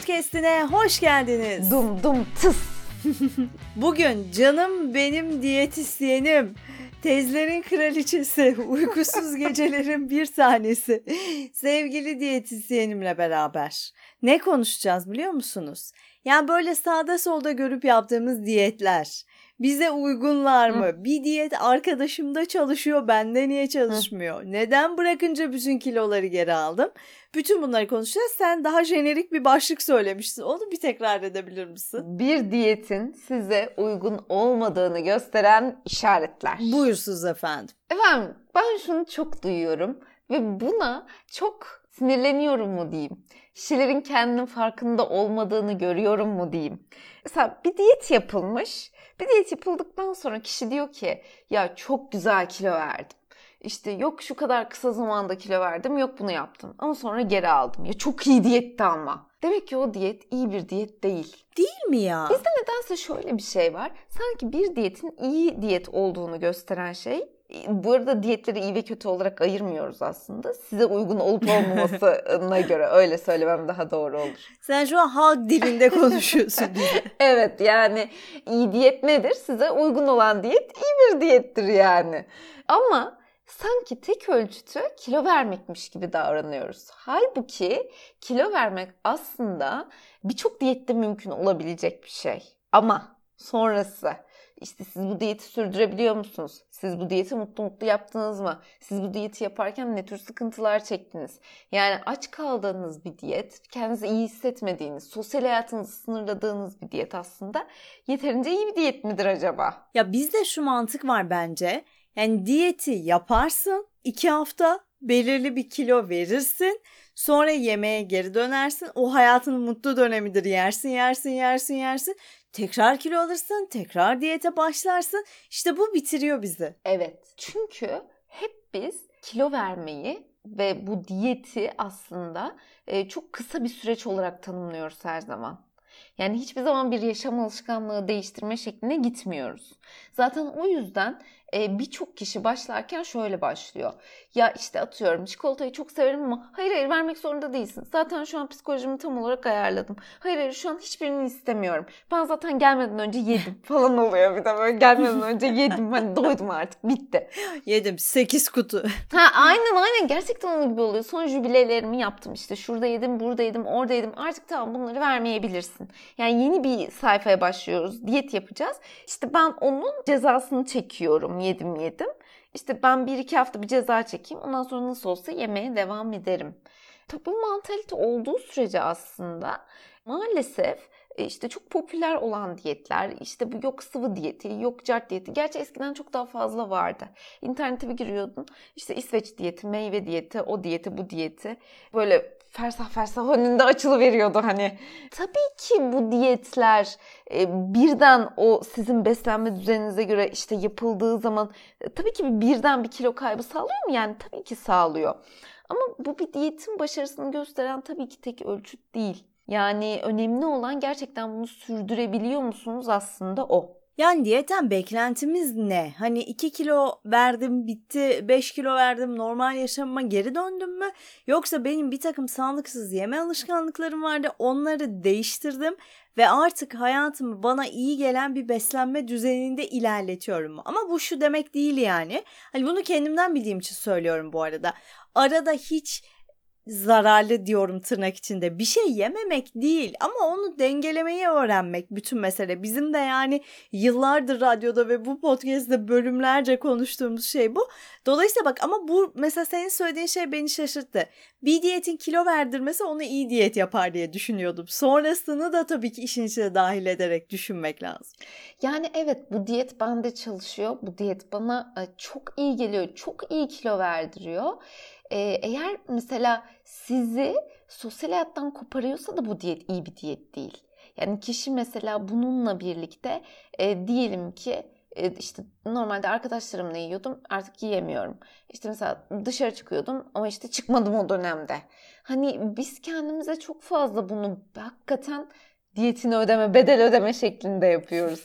Podcast'ine hoş geldiniz. Dum dum tıs. Bugün canım benim diyetisyenim, tezlerin kraliçesi, uykusuz gecelerin bir tanesi, sevgili diyetisyenimle beraber. Ne konuşacağız biliyor musunuz? Yani böyle sağda solda görüp yaptığımız diyetler. Bize uygunlar mı? Bir diyet arkadaşımda çalışıyor, bende niye çalışmıyor? Neden bırakınca bütün kiloları geri aldım? Bütün bunları konuşacağız. Sen daha jenerik bir başlık söylemiştin. Onu bir tekrar edebilir misin? Bir diyetin size uygun olmadığını gösteren işaretler. Buyursunuz efendim. Efendim ben şunu çok duyuyorum ve buna çok sinirleniyorum mu diyeyim. Kişilerin kendinin farkında olmadığını görüyorum mu diyeyim. Mesela bir diyet yapılmış. Bir diyet yapıldıktan sonra kişi diyor ki ya çok güzel kilo verdim. İşte yok şu kadar kısa zamanda kilo verdim, yok bunu yaptım. Ama sonra geri aldım. Ya çok iyi diyetti ama. Demek ki o diyet iyi bir diyet değil. Değil mi ya? Bizde nedense şöyle bir şey var. Sanki bir diyetin iyi diyet olduğunu gösteren şey. Bu arada diyetleri iyi ve kötü olarak ayırmıyoruz aslında. Size uygun olup olmamasına göre öyle söylemem daha doğru olur. Sen şu an halk dilinde konuşuyorsun bize. Evet yani iyi diyet nedir? Size uygun olan diyet iyi bir diyettir yani. Ama sanki tek ölçütü kilo vermekmiş gibi davranıyoruz. Halbuki kilo vermek aslında birçok diyette mümkün olabilecek bir şey. Ama sonrası işte siz bu diyeti sürdürebiliyor musunuz? Siz bu diyeti mutlu mutlu yaptınız mı? Siz bu diyeti yaparken ne tür sıkıntılar çektiniz? Yani aç kaldığınız bir diyet, kendinizi iyi hissetmediğiniz, sosyal hayatınızı sınırladığınız bir diyet aslında yeterince iyi bir diyet midir acaba? Ya bizde şu mantık var bence. Yani diyeti yaparsın, 2 hafta belirli bir kilo verirsin. Sonra yemeğe geri dönersin. O hayatının mutlu dönemidir. Yersin. Tekrar kilo alırsın, tekrar diyete başlarsın. İşte bu bitiriyor bizi. Evet. Çünkü hep biz kilo vermeyi ve bu diyeti aslında çok kısa bir süreç olarak tanımlıyoruz her zaman. Yani hiçbir zaman bir yaşam alışkanlığı değiştirme şekline gitmiyoruz. Zaten o yüzden birçok kişi başlarken şöyle başlıyor. Ya işte atıyorum çikolatayı çok severim ama hayır vermek zorunda değilsin. Zaten şu an psikolojimi tam olarak ayarladım. Hayır şu an hiçbirini istemiyorum. Ben zaten gelmeden önce yedim falan oluyor bir de böyle gelmeden önce yedim. Hani doydum artık bitti. Yedim 8 kutu. Aynen gerçekten onun gibi oluyor. Son jübilelerimi yaptım işte şurada yedim, burada yedim, orada yedim. Artık tamam bunları vermeyebilirsin. Yani yeni bir sayfaya başlıyoruz. Diyet yapacağız. İşte ben onun cezasını çekiyorum. Yedim. İşte ben 1-2 hafta bir ceza çekeyim. Ondan sonra nasıl olsa yemeye devam ederim. Tabii bu mantalite olduğu sürece aslında maalesef işte çok popüler olan diyetler, işte bu yok sıvı diyeti, yok cart diyeti. Gerçi eskiden çok daha fazla vardı. İnternete bir giriyordun. İşte İsveç diyeti, meyve diyeti, o diyeti, bu diyeti. Böyle fersah önünde açılıveriyordu hani. Tabii ki bu diyetler birden o sizin beslenme düzeninize göre işte yapıldığı zaman tabii ki birden bir kilo kaybı sağlıyor mu? Yani tabii ki sağlıyor. Ama bu bir diyetin başarısını gösteren tabii ki tek ölçüt değil. Yani önemli olan gerçekten bunu sürdürebiliyor musunuz aslında o. Yani diyetten beklentimiz ne? Hani 2 kilo verdim bitti, 5 kilo verdim normal yaşamıma geri döndüm mü? Yoksa benim bir takım sağlıksız yeme alışkanlıklarım vardı, onları değiştirdim ve artık hayatımı bana iyi gelen bir beslenme düzeninde ilerletiyorum mu? Ama bu şu demek değil yani. Hani bunu kendimden bildiğim için söylüyorum bu arada. Arada hiç zararlı diyorum tırnak içinde bir şey yememek değil ama onu dengelemeyi öğrenmek bütün mesele. Bizim de yani yıllardır radyoda ve bu podcast'te bölümlerce konuştuğumuz şey bu. Dolayısıyla bak ama bu mesela senin söylediğin şey beni şaşırttı. Bir diyetin kilo verdirmesi onu iyi diyet yapar diye düşünüyordum. Sonrasını da tabii ki işin içine dahil ederek düşünmek lazım. Yani evet bu diyet bende çalışıyor. Bu diyet bana çok iyi geliyor. Çok iyi kilo verdiriyor. Eğer mesela sizi sosyal hayattan koparıyorsa da bu diyet iyi bir diyet değil. Yani kişi mesela bununla birlikte diyelim ki işte normalde arkadaşlarımla yiyordum artık yiyemiyorum. İşte mesela dışarı çıkıyordum ama işte çıkmadım o dönemde. Hani biz kendimize çok fazla bunu hakikaten diyetini ödeme, bedel ödeme şeklinde yapıyoruz.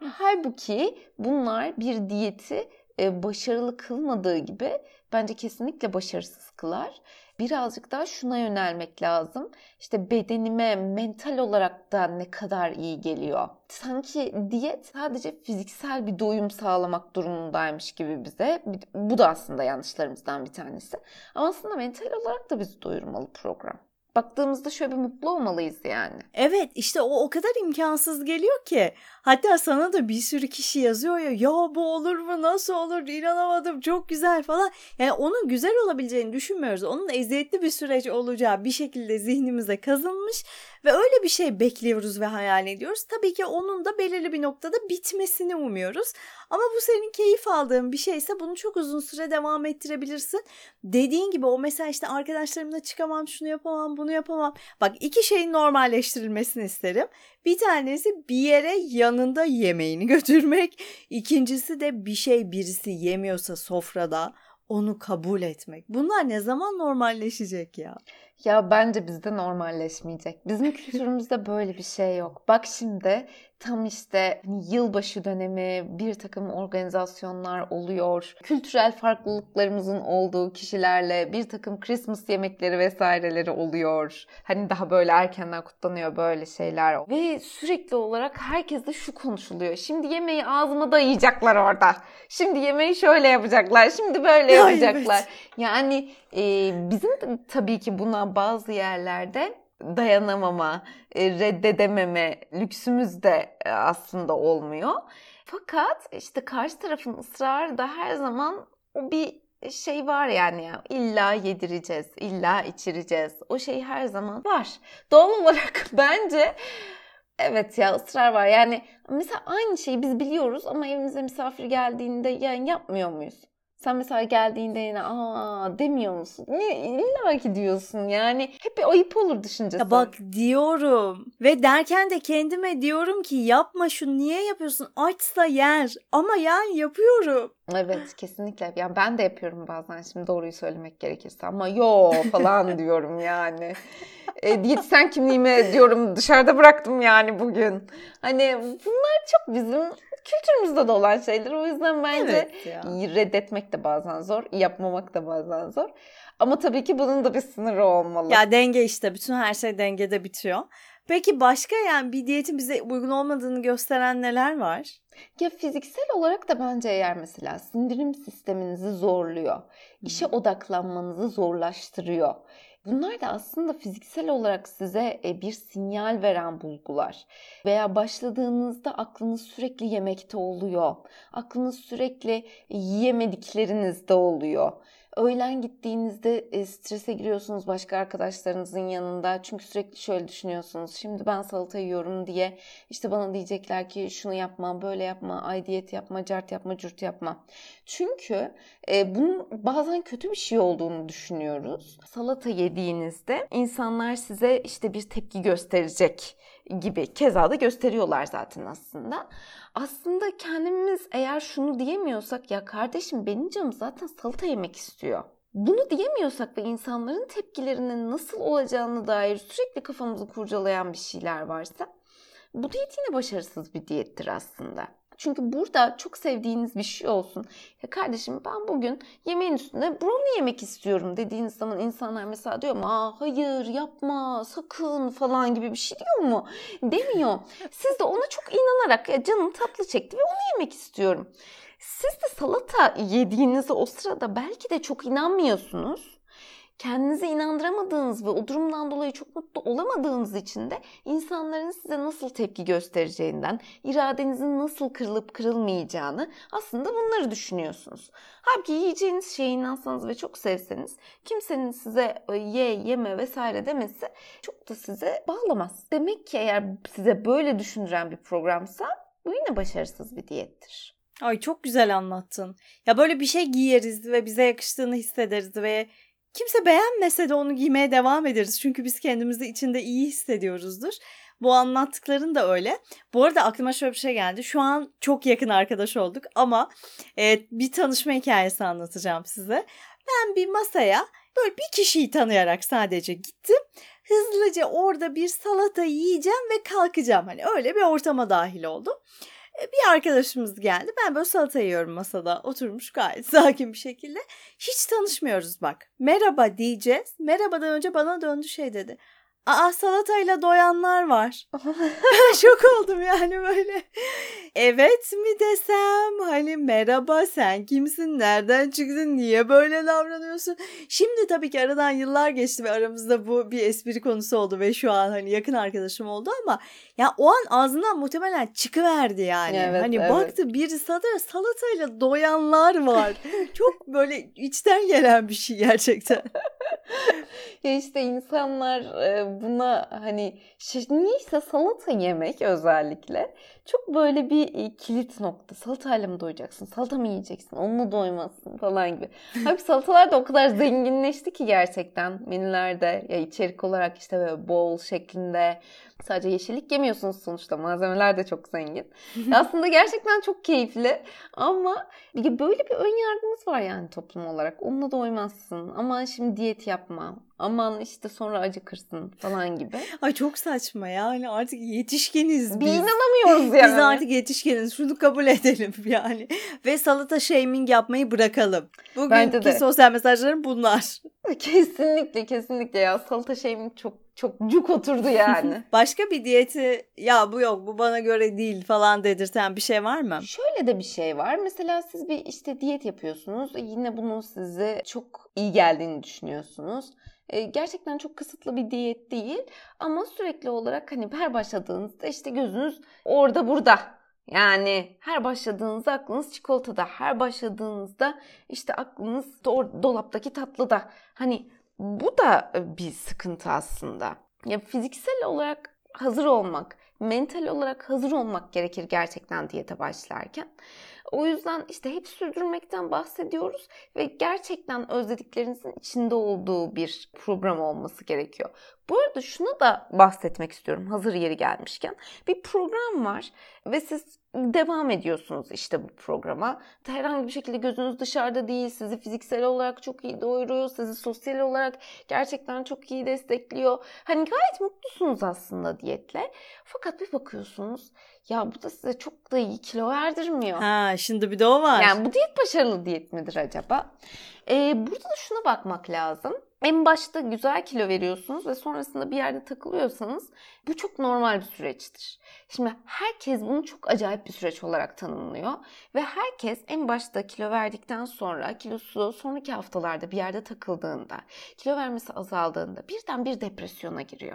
Halbuki bunlar bir diyeti başarılı kılmadığı gibi bence kesinlikle başarısız kılar. birazcık daha şuna yönelmek lazım. İşte bedenime mental olarak da ne kadar iyi geliyor. Sanki diyet sadece fiziksel bir doyum sağlamak durumundaymış gibi bize. Bu da aslında yanlışlarımızdan bir tanesi. Ama aslında mental olarak da bizi doyurmalı program. Baktığımızda şöyle bir mutlu olmalıyız yani. Evet, işte o kadar imkansız geliyor ki. Hatta sana da bir sürü kişi yazıyor ya bu olur mu, nasıl olur, inanamadım, çok güzel falan. Yani onun güzel olabileceğini düşünmüyoruz. Onun eziyetli bir süreç olacağı bir şekilde zihnimize kazınmış ve öyle bir şey bekliyoruz ve hayal ediyoruz. Tabii ki onun da belirli bir noktada bitmesini umuyoruz. Ama bu senin keyif aldığın bir şeyse bunu çok uzun süre devam ettirebilirsin. Dediğin gibi o mesela işte arkadaşlarımla çıkamam, şunu yapamam, bunu yapamam. Bak, 2 şeyin normalleştirilmesini isterim. Bir tanesi bir yere yanında yemeğini götürmek. İkincisi de birisi yemiyorsa sofrada onu kabul etmek. Bunlar ne zaman normalleşecek ya? Ya bence bizde normalleşmeyecek. Bizim kültürümüzde böyle bir şey yok. Bak şimdi tam işte yılbaşı dönemi bir takım organizasyonlar oluyor. Kültürel farklılıklarımızın olduğu kişilerle bir takım Christmas yemekleri vesaireleri oluyor. Hani daha böyle erkenden kutlanıyor böyle şeyler. Ve sürekli olarak herkeste şu konuşuluyor. Şimdi yemeği ağzıma dayayacaklar orada. Şimdi yemeği şöyle yapacaklar. Şimdi böyle yapacaklar. Evet. Yani bizim de tabii ki buna bazı yerlerde dayanamama, reddedememe lüksümüz de aslında olmuyor. Fakat işte karşı tarafın ısrarı da her zaman o bir şey var yani ya, illa yedireceğiz, illa içireceğiz. O şey her zaman var. Doğal olarak bence evet ya, ısrar var. Yani mesela aynı şeyi biz biliyoruz ama evimize misafir geldiğinde yani yapmıyor muyuz? Sen mesela geldiğinde yine demiyor musun? İlla ki diyorsun yani. Hep bir ayıp olur düşüncesi. Ya bak, diyorum ve derken de kendime diyorum ki yapma şunu, niye yapıyorsun? Açsa yer ama yani yapıyorum. Evet, kesinlikle. Yani ben de yapıyorum bazen, şimdi doğruyu söylemek gerekirse, ama yo falan diyorum yani. Diyetisyen kimliğimi diyorum dışarıda bıraktım yani bugün. Hani bunlar çok bizim kültürümüzde de olan şeyler. O yüzden bence Evet ya. reddetmek de bazen zor, yapmamak da bazen zor. Ama tabii ki bunun da bir sınırı olmalı. Ya denge işte. Bütün her şey dengede bitiyor. Peki başka, yani bir diyetin bize uygun olmadığını gösteren neler var? Ya fiziksel olarak da bence eğer mesela sindirim sisteminizi zorluyor, işe odaklanmanızı zorlaştırıyor. Bunlar da aslında fiziksel olarak size bir sinyal veren bulgular. Veya başladığınızda aklınız sürekli yemekte oluyor. Aklınız sürekli yiyemediklerinizde oluyor. Öğlen gittiğinizde strese giriyorsunuz başka arkadaşlarınızın yanında. Çünkü sürekli şöyle düşünüyorsunuz. Şimdi ben salata yiyorum diye işte bana diyecekler ki şunu yapma, böyle yapma, ay diyet yapma, cart yapma, cürt yapma. Çünkü bunun bazen kötü bir şey olduğunu düşünüyoruz. Salata yediğinizde insanlar size işte bir tepki gösterecek gibi, keza da gösteriyorlar zaten aslında. Aslında kendimiz eğer şunu diyemiyorsak, ya kardeşim benim canım zaten salata yemek istiyor, bunu diyemiyorsak ve insanların tepkilerinin nasıl olacağını dair sürekli kafamızı kurcalayan bir şeyler varsa, bu diyet yine başarısız bir diyettir aslında. Çünkü burada çok sevdiğiniz bir şey olsun. Ya kardeşim ben bugün yemeğin üstüne brownie yemek istiyorum dediğiniz zaman insanlar mesela diyor mu? Hayır yapma sakın falan gibi bir şey diyor mu? Demiyor. Siz de ona çok inanarak ya canım tatlı çekti ve onu yemek istiyorum. Siz de salata yediğinizde o sırada belki de çok inanmıyorsunuz. Kendinizi inandıramadığınız ve o durumdan dolayı çok mutlu olamadığınız için de insanların size nasıl tepki göstereceğinden, iradenizin nasıl kırılıp kırılmayacağını aslında bunları düşünüyorsunuz. Halbuki yiyeceğiniz şeye inansanız ve çok sevseniz kimsenin size yeme vesaire demesi çok da size bağlamaz. Demek ki eğer size böyle düşündüren bir programsa bu yine başarısız bir diyettir. Ay çok güzel anlattın. Ya böyle bir şey giyeriz ve bize yakıştığını hissederiz ve kimse beğenmese de onu giymeye devam ederiz. Çünkü biz kendimizi içinde iyi hissediyoruzdur. Bu anlattıkların da öyle. Bu arada aklıma şöyle bir şey geldi. Şu an çok yakın arkadaş olduk ama bir tanışma hikayesi anlatacağım size. Ben bir masaya böyle bir kişiyi tanıyarak sadece gittim. Hızlıca orada bir salata yiyeceğim ve kalkacağım. Hani öyle bir ortama dahil oldum. Bir arkadaşımız geldi. Ben böyle salata yiyorum masada. Oturmuş gayet sakin bir şekilde. Hiç tanışmıyoruz bak. Merhaba diyeceğiz. Merhabadan önce bana döndü şey dedi. Aa, salatayla doyanlar var. Ben şok oldum yani böyle. Evet mi desem, hani merhaba sen kimsin, nereden çıktın, niye böyle davranıyorsun? Şimdi tabii ki aradan yıllar geçti ve aramızda bu bir espri konusu oldu ve şu an hani yakın arkadaşım oldu ama ya o an ağzından muhtemelen çıkıverdi yani. Evet, hani evet. baktı birisi salatayla doyanlar var. Çok böyle içten gelen bir şey gerçekten. Ya işte insanlar buna hani niyeyse salata yemek özellikle çok böyle bir kilit nokta. Salatayla mı doyacaksın? Salata mı yiyeceksin? Onunla doymazsın falan gibi. Halbuki salatalar da o kadar zenginleşti ki gerçekten menülerde ya içerik olarak işte böyle bowl şeklinde. Sadece yeşillik yemiyorsunuz sonuçta. Malzemeler de çok zengin. Aslında gerçekten çok keyifli ama böyle bir ön yargımız var yani toplum olarak. Onunla doymazsın. Aman şimdi diyet yapma. Aman işte sonra acıkırsın falan gibi. Ay çok saçma ya. Hani artık yetişkiniz biz. Bir inanamıyoruz yani. Biz artık yetişkiniz. Şunu kabul edelim yani. Ve salata shaming yapmayı bırakalım. Bugünkü sosyal mesajlarım bunlar. Kesinlikle ya. Salata shaming çok cuk oturdu yani. Başka bir diyeti ya bu yok bu bana göre değil falan dedirten bir şey var mı? Şöyle de bir şey var. Mesela siz bir işte diyet yapıyorsunuz. Yine bunun size çok iyi geldiğini düşünüyorsunuz. Gerçekten çok kısıtlı bir diyet değil. Ama sürekli olarak hani her başladığınızda işte gözünüz orada burada. Yani her başladığınızda aklınız çikolatada. Her başladığınızda işte aklınız dolaptaki tatlıda. Hani bu da bir sıkıntı aslında. Ya fiziksel olarak hazır olmak, mental olarak hazır olmak gerekir gerçekten diyete başlarken. O yüzden işte hep sürdürmekten bahsediyoruz ve gerçekten özlediklerinizin içinde olduğu bir program olması gerekiyor. Bu arada şuna da bahsetmek istiyorum hazır yeri gelmişken. Bir program var ve siz devam ediyorsunuz işte bu programa. Herhangi bir şekilde gözünüz dışarıda değil, sizi fiziksel olarak çok iyi doyuruyor, sizi sosyal olarak gerçekten çok iyi destekliyor. Hani gayet mutlusunuz aslında diyetle. Fakat bir bakıyorsunuz ya bu da size çok da iyi kilo verdirmiyor. Ha, şimdi bir de o var. Yani bu diyet başarılı diyet midir acaba? Burada da şuna bakmak lazım. En başta güzel kilo veriyorsunuz ve sonrasında bir yerde takılıyorsanız bu çok normal bir süreçtir. Şimdi herkes bunu çok acayip bir süreç olarak tanımlıyor ve herkes en başta kilo verdikten sonra kilosu sonraki haftalarda bir yerde takıldığında, kilo vermesi azaldığında birden bir depresyona giriyor.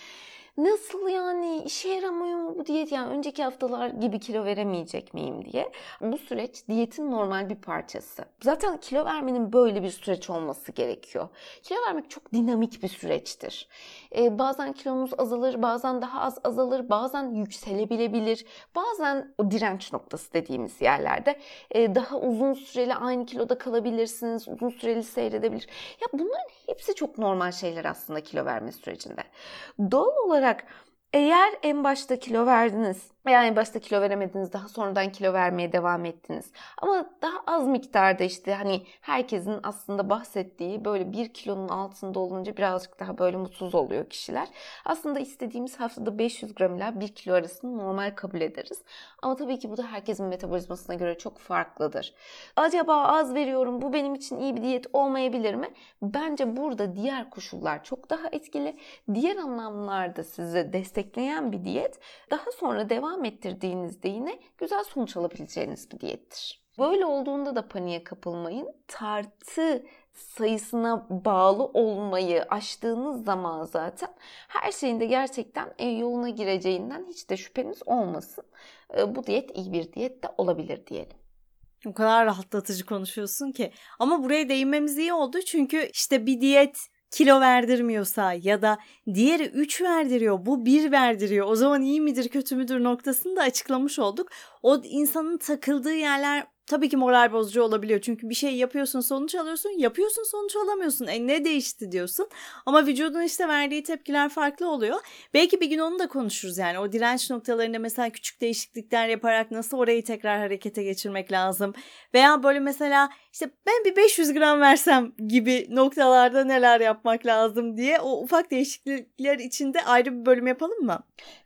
Nasıl yani işe yaramıyor mu bu diyet yani önceki haftalar gibi kilo veremeyecek miyim diye. Bu süreç diyetin normal bir parçası. Zaten kilo vermenin böyle bir süreç olması gerekiyor. Kilo vermek çok dinamik bir süreçtir. Bazen kilomuz azalır, bazen daha az azalır, bazen yükselebilebilir. Bazen o direnç noktası dediğimiz yerlerde daha uzun süreli aynı kiloda kalabilirsiniz, uzun süreli seyredebilir. Ya bunların hepsi çok normal şeyler aslında kilo verme sürecinde. Doğal olarak eğer en başta kilo verdiniz veya en başta kilo veremediniz, daha sonradan kilo vermeye devam ettiniz. Ama daha az miktarda işte hani herkesin aslında bahsettiği böyle 1 kilonun altında olunca birazcık daha böyle mutsuz oluyor kişiler. Aslında istediğimiz haftada 500 gram ile 1 kilo arasını normal kabul ederiz. Ama tabii ki bu da herkesin metabolizmasına göre çok farklıdır. Acaba az veriyorum, bu benim için iyi bir diyet olmayabilir mi? Bence burada diğer koşullar çok daha etkili. Diğer anlamlarda sizi destekleyen bir diyet daha sonra devam ettirdiğinizde yine güzel sonuç alabileceğiniz bir diyettir. Böyle olduğunda da paniğe kapılmayın. Tartı sayısına bağlı olmayı aştığınız zaman zaten her şeyin de gerçekten yoluna gireceğinden hiç de şüpheniz olmasın. Bu diyet iyi bir diyet de olabilir diyelim. O kadar rahatlatıcı konuşuyorsun ki. Ama buraya değinmemiz iyi oldu çünkü işte bir diyet kilo verdirmiyorsa ya da diğeri 3 verdiriyor, bu 1 verdiriyor. O zaman iyi midir, kötü müdür noktasını da açıklamış olduk. O insanın takıldığı yerler tabii ki moral bozucu olabiliyor. Çünkü bir şey yapıyorsun, sonuç alıyorsun, yapıyorsun, sonuç alamıyorsun. Ne değişti diyorsun. Ama vücudun işte verdiği tepkiler farklı oluyor. Belki bir gün onu da konuşuruz yani. O direnç noktalarında mesela küçük değişiklikler yaparak nasıl orayı tekrar harekete geçirmek lazım. Veya böyle mesela işte ben bir 500 gram versem gibi noktalarda neler yapmak lazım diye o ufak değişiklikler içinde ayrı bir bölüm yapalım mı?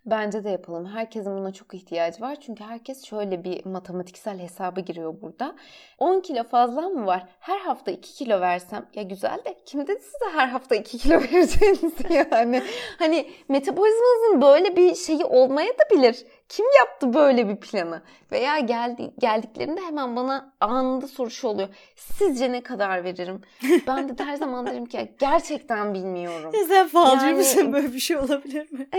Bence de yapalım. Herkesin buna çok ihtiyacı var. Çünkü herkes şöyle bir matematiksel hesaba giriyor burada. 10 kilo fazla mı var? Her hafta 2 kilo versem. Ya güzel de kim dedi size her hafta 2 kilo vereceğinizi yani? Hani metabolizmanızın böyle bir şeyi olmaya da bilir. Kim yaptı böyle bir planı? Veya geldiklerinde hemen bana anında soru şu oluyor. Sizce ne kadar veririm? Ben de her zaman derim ki gerçekten bilmiyorum. Sen falcı mısın? Böyle bir şey olabilir mi?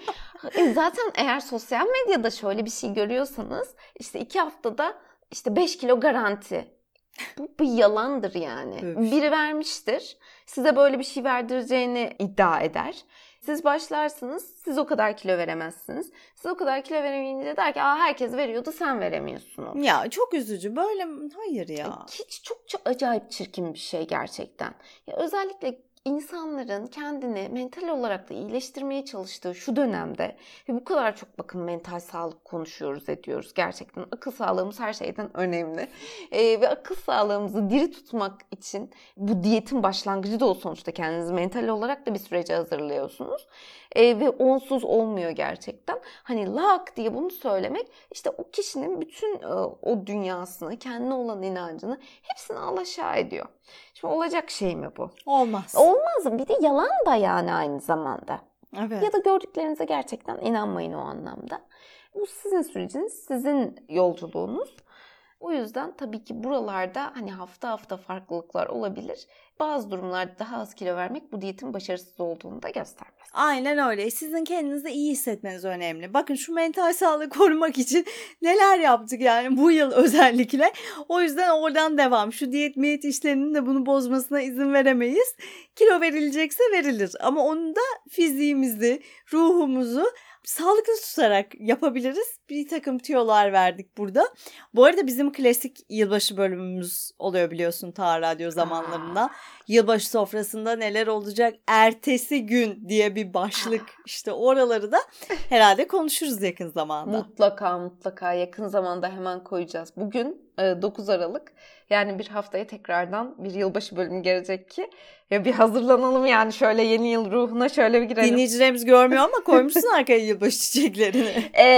Zaten eğer sosyal medyada şöyle bir şey görüyorsanız işte 2 haftada işte 5 kilo garanti. Bu bir yalandır yani. Evet. Biri vermiştir. Size böyle bir şey verdireceğini iddia eder. Siz başlarsınız, siz o kadar kilo veremezsiniz. Siz o kadar kilo veremeyince der ki herkes veriyordu sen veremiyorsun. Ya çok üzücü. Böyle hayır ya. Hiç çok acayip çirkin bir şey gerçekten. Ya özellikle insanların kendini mental olarak da iyileştirmeye çalıştığı şu dönemde ve bu kadar çok bakın mental sağlık konuşuyoruz ediyoruz gerçekten. Akıl sağlığımız her şeyden önemli. Ve akıl sağlığımızı diri tutmak için bu diyetin başlangıcı da o sonuçta kendinizi mental olarak da bir sürece hazırlıyorsunuz. Ve onsuz olmuyor gerçekten. Hani lak diye bunu söylemek işte o kişinin bütün o dünyasını, kendine olan inancını hepsini alaşağı ediyor. Şimdi olacak şey mi bu? Olmaz. Olmaz. Bir de yalan da yani aynı zamanda. Evet. Ya da gördüklerinize gerçekten inanmayın o anlamda. Bu sizin süreciniz, sizin yolculuğunuz. O yüzden tabii ki buralarda hani hafta hafta farklılıklar olabilir. Bazı durumlarda daha az kilo vermek bu diyetin başarısız olduğunu da göstermez. Aynen öyle. Sizin kendinizi iyi hissetmeniz önemli. Bakın şu mental sağlığı korumak için neler yaptık yani bu yıl özellikle. O yüzden oradan devam. Şu diyet işlerinin de bunu bozmasına izin veremeyiz. Kilo verilecekse verilir. Ama onu da fiziğimizi, ruhumuzu sağlıklı tutarak yapabiliriz. Bir takım tüyolar verdik burada. Bu arada bizim klasik yılbaşı bölümümüz oluyor biliyorsun Ta Radyo zamanlarında. Yılbaşı sofrasında neler olacak? Ertesi gün diye bir başlık. İşte oraları da herhalde konuşuruz yakın zamanda. Mutlaka yakın zamanda hemen koyacağız. Bugün 9 Aralık yani bir haftaya tekrardan bir yılbaşı bölümü gelecek ki ya bir hazırlanalım yani şöyle yeni yıl ruhuna şöyle bir girelim. Dinleyicilerimiz görmüyor ama koymuşsun arkaya yılbaşı çiçeklerini.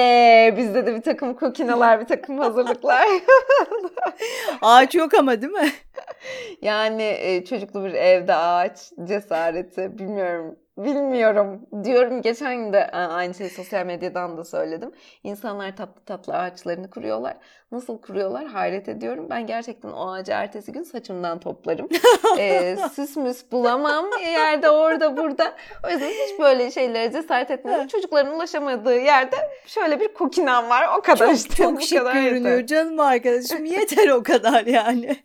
Bizde de bir takım kukinalar, bir takım hazırlıklar. Ağaç yok ama değil mi? Yani çocuklu bir evde ağaç cesareti bilmiyorum diyorum. Geçen gün de aynı şeyi sosyal medyadan da söyledim. İnsanlar tatlı tatlı ağaçlarını kuruyorlar. Nasıl kuruyorlar hayret ediyorum. Ben gerçekten o ağacı ertesi gün saçımdan toplarım. Süs müs bulamam yerde orada burada. O yüzden hiç böyle şeylere cesaret etmiyorum. Çocukların ulaşamadığı yerde şöyle bir kokinam var. O kadar çok, işte. Çok şık görünüyor yeter. Canım arkadaşım. Yeter o kadar yani.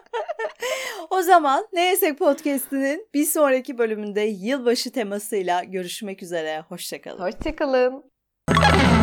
O zaman Ne Yesek Podcast'inin bir sonraki bölümünde yılbaşı temasıyla görüşmek üzere. Hoşça kalın. Hoşça kalın.